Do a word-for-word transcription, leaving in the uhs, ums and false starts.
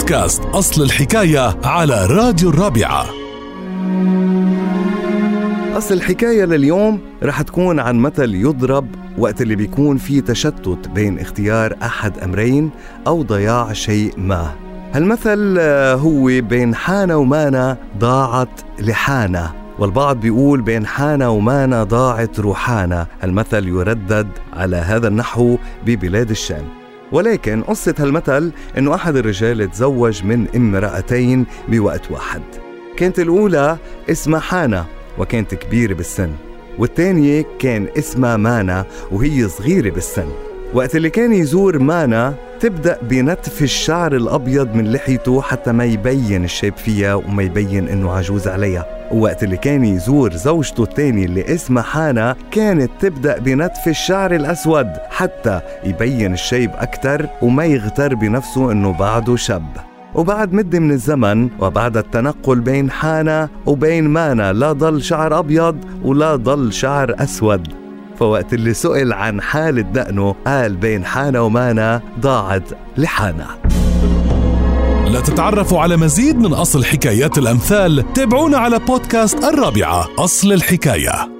بودكاست أصل الحكاية على راديو الرابعة. أصل الحكاية لليوم رح تكون عن مثل يضرب وقت اللي بيكون فيه تشتت بين اختيار أحد أمرين أو ضياع شيء ما. هالمثل هو بين حانة ومانة ضاعت لحانة، والبعض بيقول بين حانة ومانة ضاعت روحانة. هالمثل يردد على هذا النحو ببلاد الشام، ولكن قصة هالمثل إنه أحد الرجال تزوج من امرأتين بوقت واحد. كانت الأولى اسمها حانة وكانت كبيرة بالسن، والتانية كان اسمها مانة وهي صغيرة بالسن. وقت اللي كان يزور مانة تبدأ بنتف الشعر الأبيض من لحيته حتى ما يبين الشيب فيها وما يبين إنه عجوز عليها. ووقت اللي كان يزور زوجته التانية اللي اسمها حانة كانت تبدأ بنتف الشعر الأسود حتى يبين الشيب أكتر وما يغتر بنفسه إنه بعده شاب. وبعد مدة من الزمن وبعد التنقل بين حانة وبين مانة لا ضل شعر أبيض ولا ضل شعر أسود. فوقت اللي سئل عن حالة دقنه قال بين حانة ومانة ضاعت لحانة. لتتعرفوا على مزيد من أصل حكايات الأمثال تابعونا على بودكاست الرابعة أصل الحكاية.